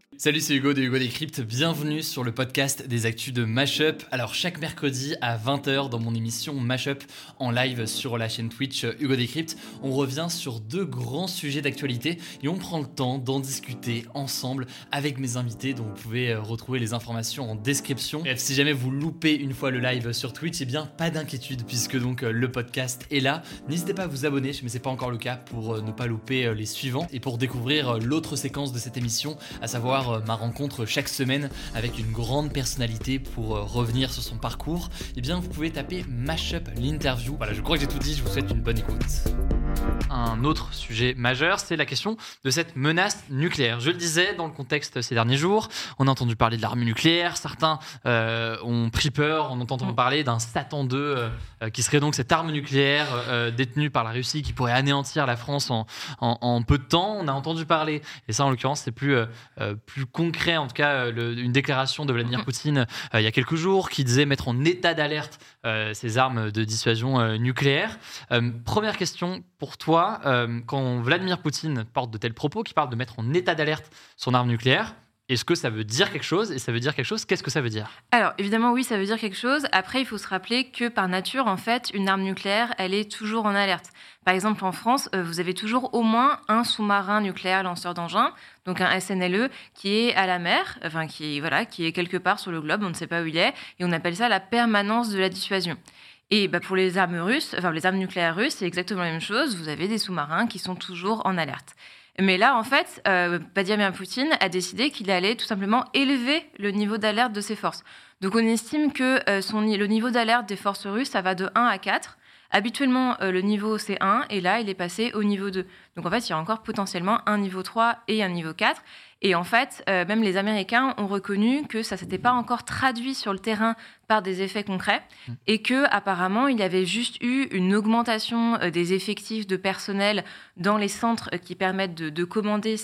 Salut, c'est Hugo de Hugo Décrypte, bienvenue sur le podcast des actus de Mashup. Alors chaque mercredi à 20h dans mon émission Mashup en live sur la chaîne Twitch Hugo Décrypte, on revient sur deux grands sujets d'actualité et on prend le temps d'en discuter ensemble avec mes invités dont vous pouvez retrouver les informations en description. Bref, si jamais vous loupez une fois le live sur Twitch, eh bien pas d'inquiétude puisque donc le podcast est là. N'hésitez pas à vous abonner, mais c'est pas encore le cas pour ne pas louper les suivants et pour découvrir l'autre séquence de cette émission, à savoir ma rencontre chaque semaine avec une grande personnalité pour revenir sur son parcours, eh bien vous pouvez taper Mashup l'interview. Voilà, je crois que j'ai tout dit, je vous souhaite une bonne écoute. Un autre sujet majeur, c'est la question de cette menace nucléaire. Je le disais, dans le contexte ces derniers jours, on a entendu parler de l'arme nucléaire, certains ont pris peur en entendant parler d'un Satan 2 qui serait donc cette arme nucléaire détenue par la Russie qui pourrait anéantir la France en peu de temps. On a entendu parler, et ça en l'occurrence c'est plus concret, en tout cas une déclaration de Vladimir Poutine il y a quelques jours qui disait mettre en état d'alerte ces armes de dissuasion nucléaire. Première question pour toi, quand Vladimir Poutine porte de tels propos, qui parle de mettre en état d'alerte son arme nucléaire, est-ce que ça veut dire quelque chose ? Et ça veut dire quelque chose, qu'est-ce que ça veut dire ? Alors, évidemment, oui, ça veut dire quelque chose. Après, il faut se rappeler que par nature, en fait, une arme nucléaire, elle est toujours en alerte. Par exemple, en France, vous avez toujours au moins un sous-marin nucléaire lanceur d'engins, donc un SNLE, qui est à la mer, enfin, qui est quelque part sur le globe, on ne sait pas où il est, et on appelle ça la permanence de la dissuasion. Et pour les armes nucléaires russes, c'est exactement la même chose. Vous avez des sous-marins qui sont toujours en alerte. Mais là, en fait, Vladimir Poutine a décidé qu'il allait tout simplement élever le niveau d'alerte de ses forces. Donc, on estime que le niveau d'alerte des forces russes, ça va de 1 à 4. Habituellement, le niveau, c'est 1, et là, il est passé au niveau 2. Donc, en fait, il y a encore potentiellement un niveau 3 et un niveau 4. Et en fait, même les Américains ont reconnu que ça ne s'était pas encore traduit sur le terrain par des effets concrets et qu'apparemment, il y avait juste eu une augmentation des effectifs de personnel dans les centres qui permettent de commander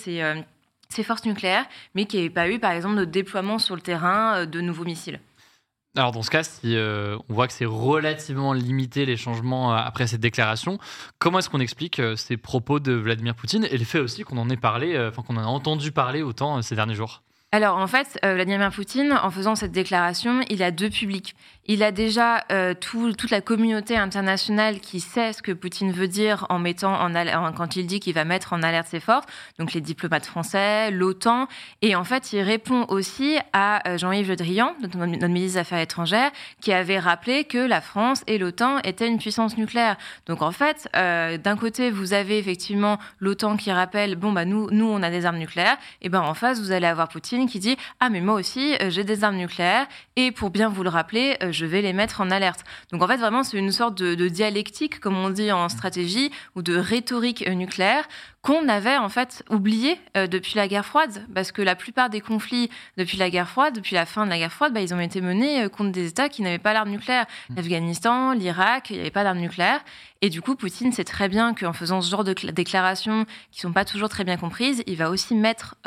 ces forces nucléaires, mais qu'il n'y avait pas eu, par exemple, de déploiement sur le terrain de nouveaux missiles. Alors dans ce cas, si on voit que c'est relativement limité les changements après cette déclaration, comment est-ce qu'on explique ces propos de Vladimir Poutine et le fait aussi qu'on en ait parlé, qu'on en a entendu parler autant ces derniers jours ? Alors, en fait, Vladimir Poutine, en faisant cette déclaration, il a deux publics. Il a déjà toute la communauté internationale qui sait ce que Poutine veut dire en mettant quand il dit qu'il va mettre en alerte ses forces, donc les diplomates français, l'OTAN. Et en fait, il répond aussi à Jean-Yves Le Drian, notre ministre des Affaires étrangères, qui avait rappelé que la France et l'OTAN étaient une puissance nucléaire. Donc, en fait, d'un côté, vous avez effectivement l'OTAN qui rappelle, nous, on a des armes nucléaires. Et en face, vous allez avoir Poutine qui dit « Ah, mais moi aussi, j'ai des armes nucléaires et pour bien vous le rappeler, je vais les mettre en alerte. » Donc, en fait, vraiment, c'est une sorte de dialectique, comme on dit en stratégie, ou de rhétorique nucléaire qu'on avait en fait oublié depuis la guerre froide, parce que la plupart des conflits depuis la guerre froide, depuis la fin de la guerre froide, ils ont été menés contre des États qui n'avaient pas l'arme nucléaire. L'Afghanistan, l'Irak, il n'y avait pas d'arme nucléaire. Et du coup, Poutine sait très bien qu'en faisant ce genre de déclarations qui sont pas toujours très bien comprises, il va aussi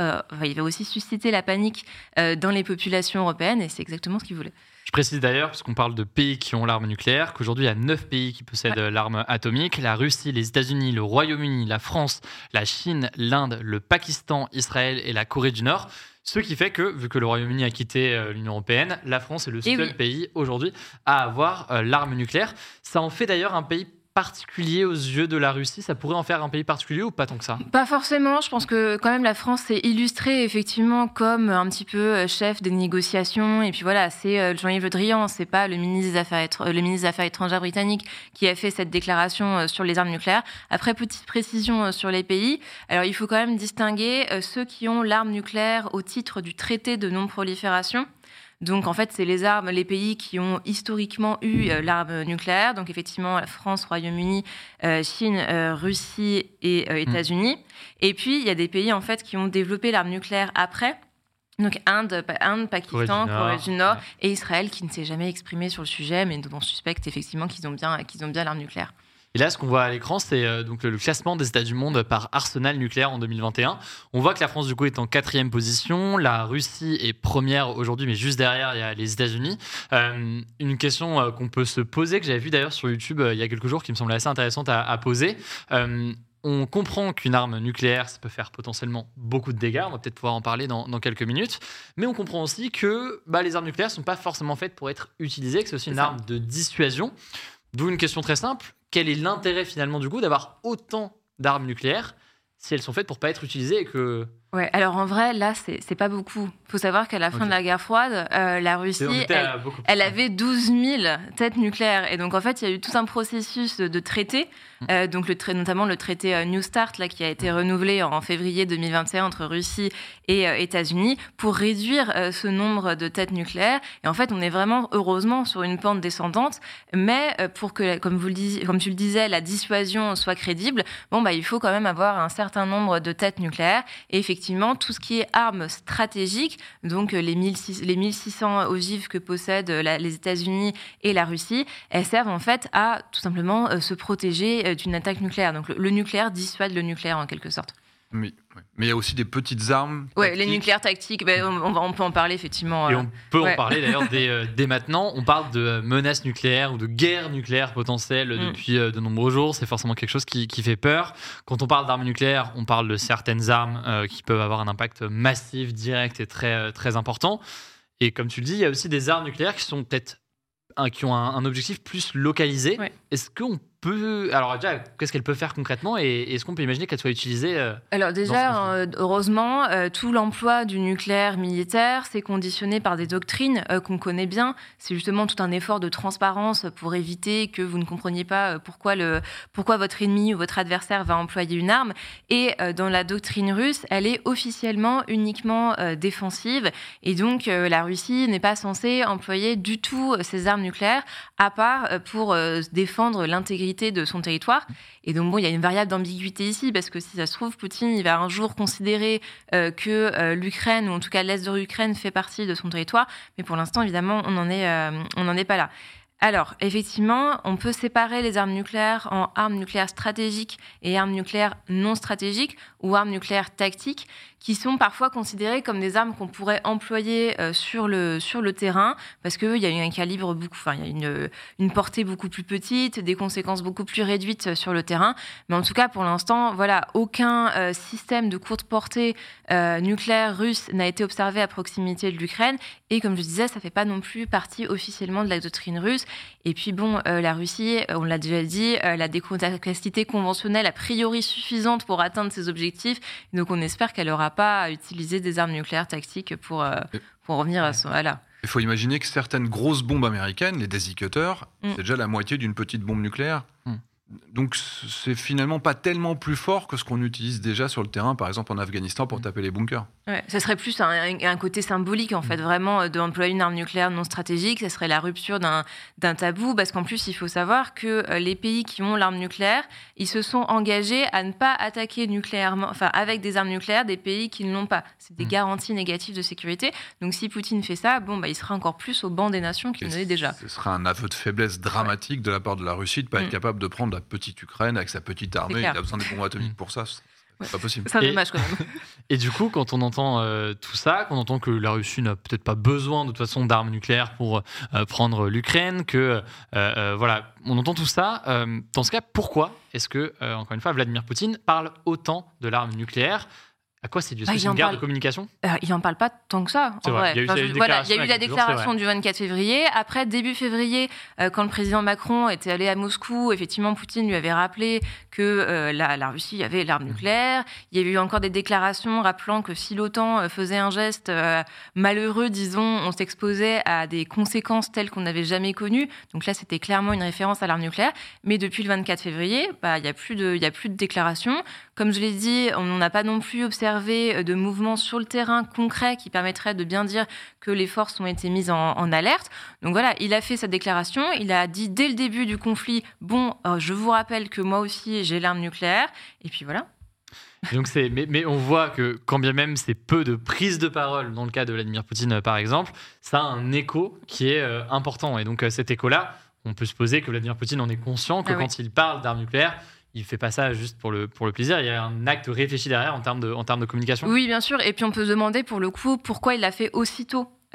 susciter la panique dans les populations européennes, et c'est exactement ce qu'il voulait. Je précise d'ailleurs, parce qu'on parle de pays qui ont l'arme nucléaire, qu'aujourd'hui il y a 9 pays qui possèdent l'arme atomique, la Russie, les États-Unis, le Royaume-Uni, la France, la Chine, l'Inde, le Pakistan, Israël et la Corée du Nord. Ce qui fait que, vu que le Royaume-Uni a quitté l'Union européenne, la France est le seul pays aujourd'hui à avoir l'arme nucléaire. Ça en fait d'ailleurs un pays particulier aux yeux de la Russie. Ça pourrait en faire un pays particulier ou pas tant que ça ? Pas forcément. Je pense que quand même la France s'est illustrée effectivement comme un petit peu chef des négociations. Et puis voilà, c'est Jean-Yves Le Drian, c'est pas le ministre des Affaires étrangères britannique qui a fait cette déclaration sur les armes nucléaires. Après, petite précision sur les pays. Alors, il faut quand même distinguer ceux qui ont l'arme nucléaire au titre du traité de non-prolifération. Donc, en fait, c'est les pays qui ont historiquement eu l'arme nucléaire. Donc, effectivement, la France, Royaume-Uni, Chine, Russie et États-Unis. Et puis, il y a des pays, en fait, qui ont développé l'arme nucléaire après. Donc, Inde, Pakistan, Corée du Nord et Israël, qui ne s'est jamais exprimé sur le sujet, mais dont on suspecte effectivement qu'ils ont bien l'arme nucléaire. Et là, ce qu'on voit à l'écran, c'est donc le classement des États du monde par arsenal nucléaire en 2021. On voit que la France, du coup, est en 4e position. La Russie est première aujourd'hui, mais juste derrière, il y a les États-Unis. Une question qu'on peut se poser, que j'avais vue d'ailleurs sur YouTube il y a quelques jours, qui me semblait assez intéressante à poser. on comprend qu'une arme nucléaire, ça peut faire potentiellement beaucoup de dégâts. On va peut-être pouvoir en parler dans quelques minutes. Mais on comprend aussi que les armes nucléaires ne sont pas forcément faites pour être utilisées, que c'est aussi une arme de dissuasion. D'où une question très simple. Quel est l'intérêt finalement du coup d'avoir autant d'armes nucléaires si elles sont faites pour ne pas être utilisées et que... Ouais, alors en vrai, là, c'est pas beaucoup. Il faut savoir qu'à la fin de la guerre froide, la Russie, elle avait 12 000 têtes nucléaires. Et donc, en fait, il y a eu tout un processus de traités, donc notamment le traité New Start, là, qui a été renouvelé en février 2021 entre Russie et États-Unis, pour réduire ce nombre de têtes nucléaires. Et en fait, on est vraiment, heureusement, sur une pente descendante. Mais pour que, comme tu le disais, la dissuasion soit crédible, il faut quand même avoir un certain nombre de têtes nucléaires. Et effectivement, tout ce qui est armes stratégiques, donc les 1600 ogives que possèdent les États-Unis et la Russie, elles servent en fait à tout simplement se protéger d'une attaque nucléaire. Donc le nucléaire dissuade le nucléaire en quelque sorte. Mais il y a aussi des petites armes. Oui, les nucléaires tactiques, on peut en parler effectivement. Et on peut en parler d'ailleurs dès maintenant. On parle de menaces nucléaires ou de guerre nucléaire potentielle depuis de nombreux jours. C'est forcément quelque chose qui fait peur. Quand on parle d'armes nucléaires, on parle de certaines armes qui peuvent avoir un impact massif, direct et très, très important. Et comme tu le dis, il y a aussi des armes nucléaires qui sont peut-être qui ont un objectif plus localisé. Ouais. Est-ce qu'on peut... Alors déjà, qu'est-ce qu'elle peut faire concrètement et est-ce qu'on peut imaginer qu'elle soit utilisée Alors déjà, heureusement, tout l'emploi du nucléaire militaire, c'est conditionné par des doctrines qu'on connaît bien. C'est justement tout un effort de transparence pour éviter que vous ne compreniez pas pourquoi votre ennemi ou votre adversaire va employer une arme. Et dans la doctrine russe, elle est officiellement uniquement défensive. Et donc, la Russie n'est pas censée employer du tout ces armes nucléaires, à part pour défendre l'intégrité de son territoire. Et donc, il y a une variable d'ambiguïté ici, parce que si ça se trouve, Poutine, il va un jour considérer que l'Ukraine, ou en tout cas l'Est de l'Ukraine, fait partie de son territoire. Mais pour l'instant, évidemment, on n'en est pas là. Alors, effectivement, on peut séparer les armes nucléaires en armes nucléaires stratégiques et armes nucléaires non stratégiques ou armes nucléaires tactiques, qui sont parfois considérées comme des armes qu'on pourrait employer sur le terrain, parce qu'il y a un calibre il y a une portée beaucoup plus petite, des conséquences beaucoup plus réduites sur le terrain. Mais en tout cas, pour l'instant, aucun système de courte portée nucléaire russe n'a été observé à proximité de l'Ukraine. Et comme je disais, ça ne fait pas non plus partie officiellement de la doctrine russe. Et puis la Russie, on l'a déjà dit, elle a des capacités conventionnelles a priori suffisantes pour atteindre ses objectifs. Donc on espère qu'elle n'aura pas à utiliser des armes nucléaires tactiques pour revenir à là. Il faut imaginer que certaines grosses bombes américaines, les Daisy Cutter, c'est déjà la moitié d'une petite bombe nucléaire. Donc c'est finalement pas tellement plus fort que ce qu'on utilise déjà sur le terrain, par exemple en Afghanistan, pour taper les bunkers. Ouais, ça serait plus un côté symbolique, en fait, vraiment, d'employer une arme nucléaire non stratégique. Ça serait la rupture d'un tabou, parce qu'en plus, il faut savoir que les pays qui ont l'arme nucléaire, ils se sont engagés à ne pas attaquer nucléairement, avec des armes nucléaires, des pays qui ne l'ont pas. C'est des garanties négatives de sécurité. Donc si Poutine fait ça, il sera encore plus au banc des nations qu'il ne l'est déjà. Ce sera un aveu de faiblesse dramatique de la part de la Russie de ne pas être capable de prendre la petite Ukraine avec sa petite armée. Il a besoin des bombes atomiques pour ça. C'est pas possible. C'est dommage quand même. Et du coup, quand on entend tout ça, qu'on entend que la Russie n'a peut-être pas besoin de toute façon d'armes nucléaires pour prendre l'Ukraine, on entend tout ça. Dans ce cas, pourquoi est-ce que, encore une fois, Vladimir Poutine parle autant de l'arme nucléaire ? À quoi c'est dû ? C'est une guerre de communication ? Il n'en parle pas tant que ça. C'est vrai. Il y a eu la déclaration du 24 février. Après, début février, quand le président Macron était allé à Moscou, effectivement, Poutine lui avait rappelé que la Russie avait l'arme nucléaire. Il y a eu encore des déclarations rappelant que si l'OTAN faisait un geste malheureux, disons, on s'exposait à des conséquences telles qu'on n'avait jamais connues. Donc là, c'était clairement une référence à l'arme nucléaire. Mais depuis le 24 février, il n'y a plus de déclaration. Comme je l'ai dit, on n'a pas non plus observé de mouvements sur le terrain concrets qui permettraient de bien dire que les forces ont été mises en alerte. Donc voilà, il a fait sa déclaration, il a dit dès le début du conflit, je vous rappelle que moi aussi j'ai l'arme nucléaire, et puis voilà. Donc mais on voit que quand bien même c'est peu de prise de parole dans le cas de Vladimir Poutine par exemple, ça a un écho qui est important. Et donc cet écho-là, on peut supposer que Vladimir Poutine en est conscient, que quand il parle d'armes nucléaires, il ne fait pas ça juste pour le plaisir. Il y a un acte réfléchi derrière en termes de communication. Oui, bien sûr. Et puis on peut se demander pour le coup pourquoi il l'a fait aussitôt.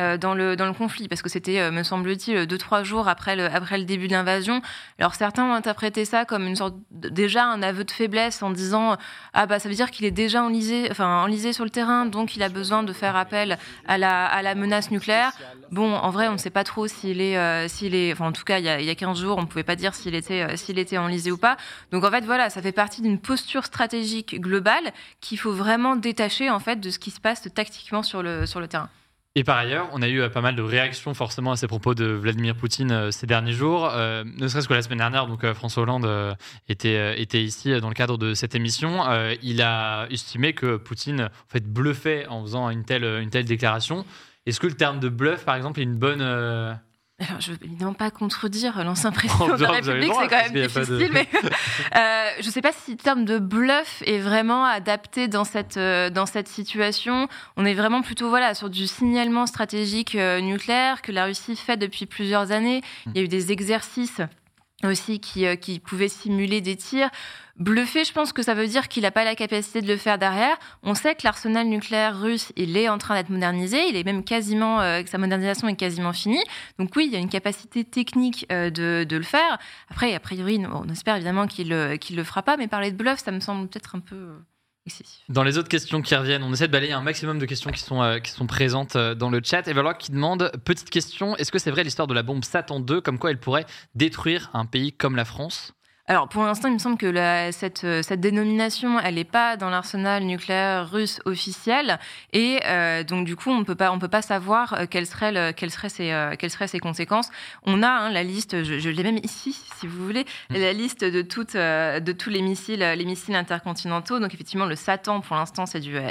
dans le conflit, parce que c'était, me semble-t-il, 2-3 jours après le début de l'invasion. Alors certains ont interprété ça comme une sorte déjà un aveu de faiblesse en disant ça veut dire qu'il est déjà enlisé sur le terrain, donc il a besoin de faire appel à la menace nucléaire. Bon, en vrai, on ne sait pas trop s'il est en tout cas, il y a 15 jours, on ne pouvait pas dire s'il était enlisé ou pas. Donc en fait, voilà, ça fait partie d'une posture stratégique globale qu'il faut vraiment détacher en fait de ce qui se passe tactiquement sur le terrain. Et par ailleurs, on a eu pas mal de réactions forcément à ces propos de Vladimir Poutine ces derniers jours. Ne serait-ce que la semaine dernière, donc François Hollande était ici dans le cadre de cette émission. Il a estimé que Poutine en fait bluffait en faisant une telle déclaration. Est-ce que le terme de bluff, par exemple, est une bonne... Alors, je ne veux évidemment pas contredire l'ancien président de la République, c'est quand même difficile, mais je ne sais pas si le terme de bluff est vraiment adapté dans cette situation. On est vraiment plutôt sur du signalement stratégique nucléaire que la Russie fait depuis plusieurs années. Il y a eu des exercices aussi qui pouvaient simuler des tirs. Bluffer, je pense que ça veut dire qu'il n'a pas la capacité de le faire derrière. On sait que l'arsenal nucléaire russe, il est en train d'être modernisé. Il est même quasiment, sa modernisation est quasiment finie. Donc oui, il y a une capacité technique de le faire. Après, a priori, on espère évidemment qu'il le fera pas. Mais parler de bluff, ça me semble peut-être un peu excessif. Dans les autres questions qui reviennent, on essaie de balayer un maximum de questions qui sont présentes dans le chat. Evalua qui demande, petite question, est-ce que c'est vrai l'histoire de la bombe Satan 2, comme quoi elle pourrait détruire un pays comme la France ? Alors, pour l'instant, il me semble que cette dénomination, elle n'est pas dans l'arsenal nucléaire russe officiel. Et donc, du coup, on peut pas savoir quelles seraient ses conséquences. On a la liste, je l'ai même ici, si vous voulez, la liste de tous les missiles intercontinentaux. Donc, effectivement, le Satan, pour l'instant, c'est du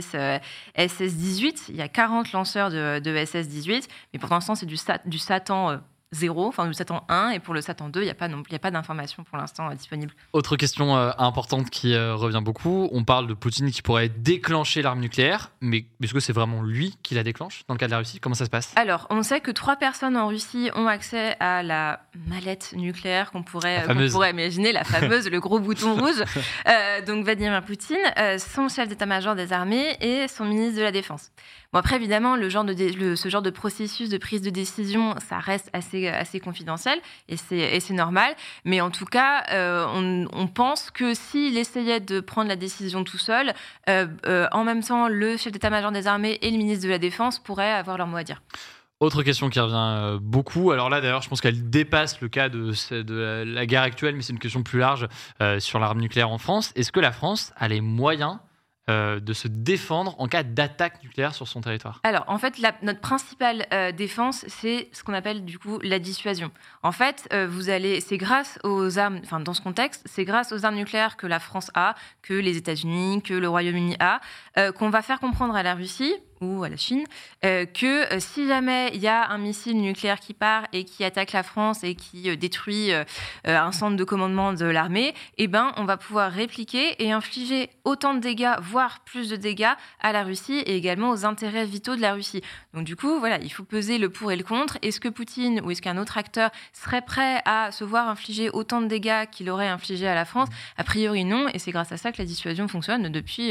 SS-18. Il y a 40 lanceurs de SS-18. Mais pour l'instant, c'est du Satan 0, enfin du Satan 1, et pour le Satan 2, il n'y a pas d'informations pour l'instant disponibles. Autre question importante qui revient beaucoup, on parle de Poutine qui pourrait déclencher l'arme nucléaire, mais est-ce que c'est vraiment lui qui la déclenche dans le cas de la Russie ? Comment ça se passe ? Alors, on sait que 3 personnes en Russie ont accès à la mallette nucléaire qu'on pourrait imaginer, la fameuse, le gros bouton rouge. Donc Vladimir Poutine, son chef d'état-major des armées et son ministre de la Défense. Bon, après, évidemment, ce genre de processus de prise de décision, ça reste assez confidentiel et c'est normal. Mais en tout cas, on pense que s'il essayait de prendre la décision tout seul, en même temps, le chef d'état-major des armées et le ministre de la Défense pourraient avoir leur mot à dire. Autre question qui revient beaucoup. Alors là, d'ailleurs, je pense qu'elle dépasse le cas de la guerre actuelle, mais c'est une question plus large sur l'arme nucléaire en France. Est-ce que la France a les moyens de se défendre en cas d'attaque nucléaire sur son territoire ? Alors, en fait, notre principale défense, c'est ce qu'on appelle du coup la dissuasion. En fait, c'est grâce aux armes, enfin dans ce contexte, c'est grâce aux armes nucléaires que la France a, que les États-Unis, que le Royaume-Uni a, qu'on va faire comprendre à la Russie ou à la Chine, que si jamais il y a un missile nucléaire qui part et qui attaque la France et qui détruit un centre de commandement de l'armée, on va pouvoir répliquer et infliger autant de dégâts, voire plus de dégâts à la Russie et également aux intérêts vitaux de la Russie. Donc du coup, il faut peser le pour et le contre. Est-ce que Poutine ou est-ce qu'un autre acteur serait prêt à se voir infliger autant de dégâts qu'il aurait infligé à la France ? A priori non, et c'est grâce à ça que la dissuasion fonctionne depuis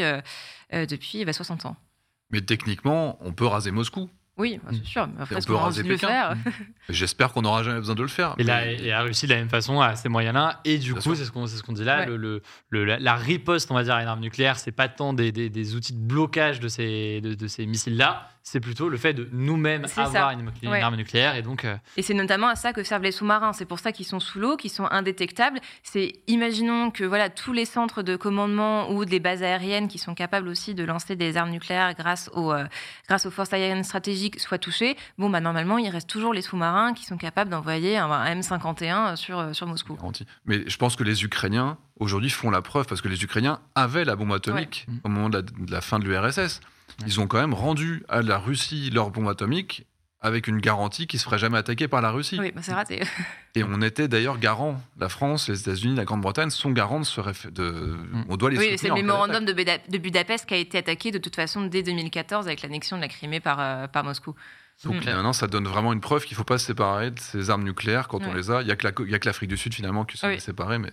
60 ans. Mais techniquement, on peut raser Moscou. Oui, c'est sûr. Mais après, on peut raser Pékin. J'espère qu'on n'aura jamais besoin de le faire. Et la Russie, de la même façon, a ces moyens-là. Et du coup, c'est ce qu'on dit là, la riposte, on va dire, à une arme nucléaire, c'est pas tant des outils de blocage de ces missiles-là, c'est plutôt le fait de nous-mêmes avoir une arme nucléaire. Et c'est notamment à ça que servent les sous-marins. C'est pour ça qu'ils sont sous l'eau, qu'ils sont indétectables. Imaginons que tous les centres de commandement ou des bases aériennes qui sont capables aussi de lancer des armes nucléaires grâce aux forces aériennes stratégiques soient touchés. Normalement, il reste toujours les sous-marins qui sont capables d'envoyer un M51 sur Moscou. Mais je pense que les Ukrainiens, aujourd'hui, font la preuve, parce que les Ukrainiens avaient la bombe atomique au moment de la fin de l'URSS. Ils ont quand même rendu à la Russie leur bombe atomique avec une garantie qu'ils ne se feraient jamais attaquer par la Russie. Oui, c'est raté. Et on était d'ailleurs garant. La France, les États-Unis, la Grande-Bretagne sont garants de ce on doit les soutenir. Oui, c'est le mémorandum de Budapest qui a été attaqué de toute façon dès 2014 avec l'annexion de la Crimée par Moscou. Donc maintenant, ça donne vraiment une preuve qu'il ne faut pas se séparer de ces armes nucléaires quand on les a. Il n'y a que l'Afrique du Sud finalement qui sont séparées, mais c'est tout.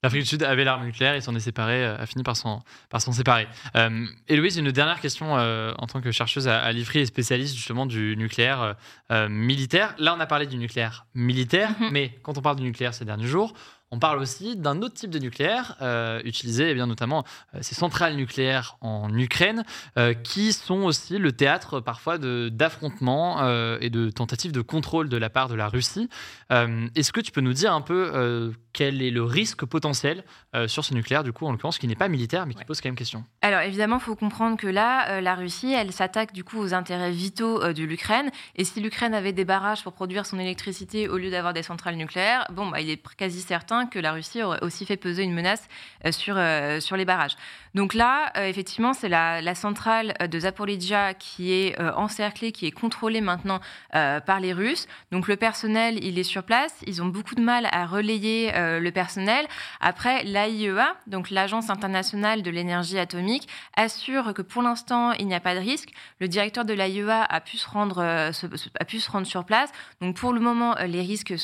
L'Afrique du Sud avait l'arme nucléaire, il s'en est séparé, a fini par s'en séparer. Héloïse, une dernière question en tant que chercheuse à l'IFRI et spécialiste justement du nucléaire militaire. Là, on a parlé du nucléaire militaire, mais quand on parle du nucléaire ces derniers jours, on parle aussi d'un autre type de nucléaire, utilisé bien notamment ces centrales nucléaires en Ukraine, qui sont aussi le théâtre parfois d'affrontements et de tentatives de contrôle de la part de la Russie. Est-ce que tu peux nous dire un peu quel est le risque potentiel sur ce nucléaire, du coup, en l'occurrence, qui n'est pas militaire, mais qui pose quand même question? Alors évidemment, il faut comprendre que là, la Russie, elle s'attaque du coup aux intérêts vitaux de l'Ukraine. Et si l'Ukraine avait des barrages pour produire son électricité au lieu d'avoir des centrales nucléaires, il est quasi certain que la Russie aurait aussi fait peser une menace sur les barrages. Donc là, effectivement, c'est la centrale de Zaporijia qui est encerclée, qui est contrôlée maintenant par les Russes. Donc le personnel, il est sur place. Ils ont beaucoup de mal à relayer le personnel. Après, l'AIEA, donc l'Agence internationale de l'énergie atomique, assure que pour l'instant, il n'y a pas de risque. Le directeur de l'AIEA a pu se rendre sur place. Donc pour le moment, les risques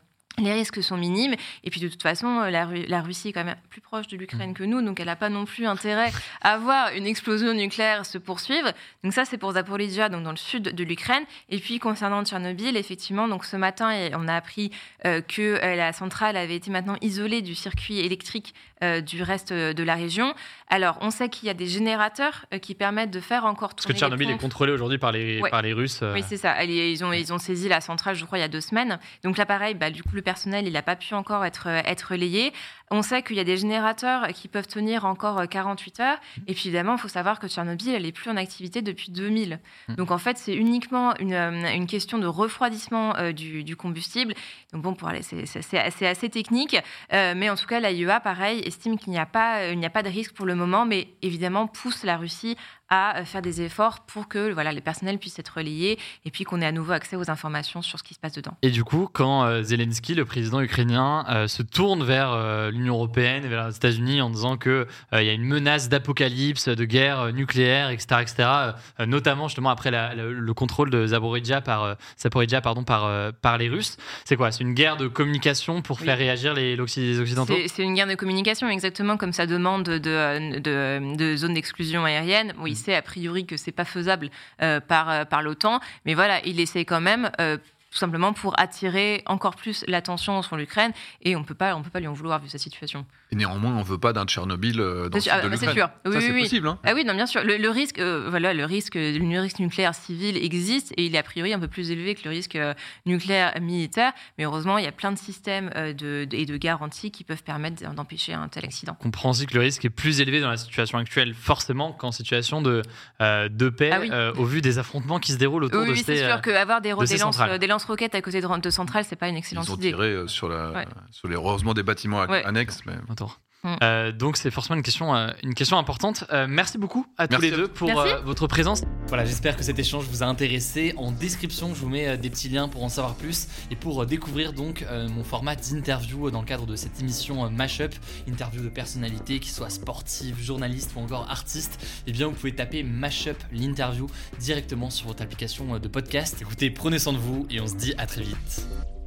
sont minimes. Et puis de toute façon, la Russie est quand même plus proche de l'Ukraine que nous, donc elle n'a pas non plus intérêt à voir une explosion nucléaire se poursuivre. Donc ça, c'est pour Zaporijia, donc dans le sud de l'Ukraine. Et puis concernant Tchernobyl, effectivement, donc ce matin, on a appris que la centrale avait été maintenant isolée du circuit électrique du reste de la région. Alors, on sait qu'il y a des générateurs qui permettent de faire encore tourner. Parce que Tchernobyl est contrôlé aujourd'hui par les Russes. Oui, c'est ça. Ils ont saisi la centrale, je crois, il y a 2 semaines. Donc là, pareil, du coup, le personnel, il n'a pas pu encore être relayé. On sait qu'il y a des générateurs qui peuvent tenir encore 48 heures. Et puis, évidemment, il faut savoir que Tchernobyl, elle n'est plus en activité depuis 2000. Donc, en fait, c'est uniquement une question de refroidissement du combustible. Donc, bon, pour aller, c'est assez technique. Mais en tout cas, l'AIEA, pareil, estime qu'il n'y a pas de risque pour le moment, mais évidemment, pousse la Russie à faire des efforts pour que les personnels puissent être relayés et puis qu'on ait à nouveau accès aux informations sur ce qui se passe dedans. Et du coup, quand Zelensky, le président ukrainien, se tourne vers l'Union européenne et vers les États-Unis en disant qu'il y a une menace d'apocalypse, de guerre nucléaire, etc., notamment justement après le contrôle de Zaporijia par les Russes, c'est quoi? C'est une guerre de communication pour faire réagir les Occidentaux? C'est une guerre de communication, exactement comme sa demande de zone d'exclusion aérienne. Oui, c'est a priori que c'est pas faisable par l'OTAN, mais voilà, il essaie quand même tout simplement pour attirer encore plus l'attention sur l'Ukraine, et on peut pas lui en vouloir vu sa situation. Et néanmoins, on veut pas d'un Tchernobyl dans le sud de l'Ukraine. C'est sûr. Ça, c'est possible. Hein. Ah oui, non, bien sûr. Le risque nucléaire civil existe, et il est a priori un peu plus élevé que le risque nucléaire militaire. Mais heureusement, il y a plein de systèmes et de garanties qui peuvent permettre d'empêcher un tel accident. On comprend aussi que le risque est plus élevé dans la situation actuelle, forcément, qu'en situation de paix, au vu des affrontements qui se déroulent autour de ces centrales. Oui, c'est sûr qu'avoir des lance-roquettes à côté de centrales, c'est pas une excellente idée. Ils ont tiré sur les heureusement des bâtiments annexes. Mais... Donc c'est forcément une question importante. Merci beaucoup à tous les deux pour votre présence. Voilà, j'espère que cet échange vous a intéressé. En description, je vous mets des petits liens pour en savoir plus et pour découvrir donc mon format d'interview dans le cadre de cette émission Mashup, interview de personnalités qui soient sportives, journalistes ou encore artistes. Eh bien, vous pouvez taper Mashup l'interview directement sur votre application de podcast. Écoutez, prenez soin de vous et on se dit à très vite.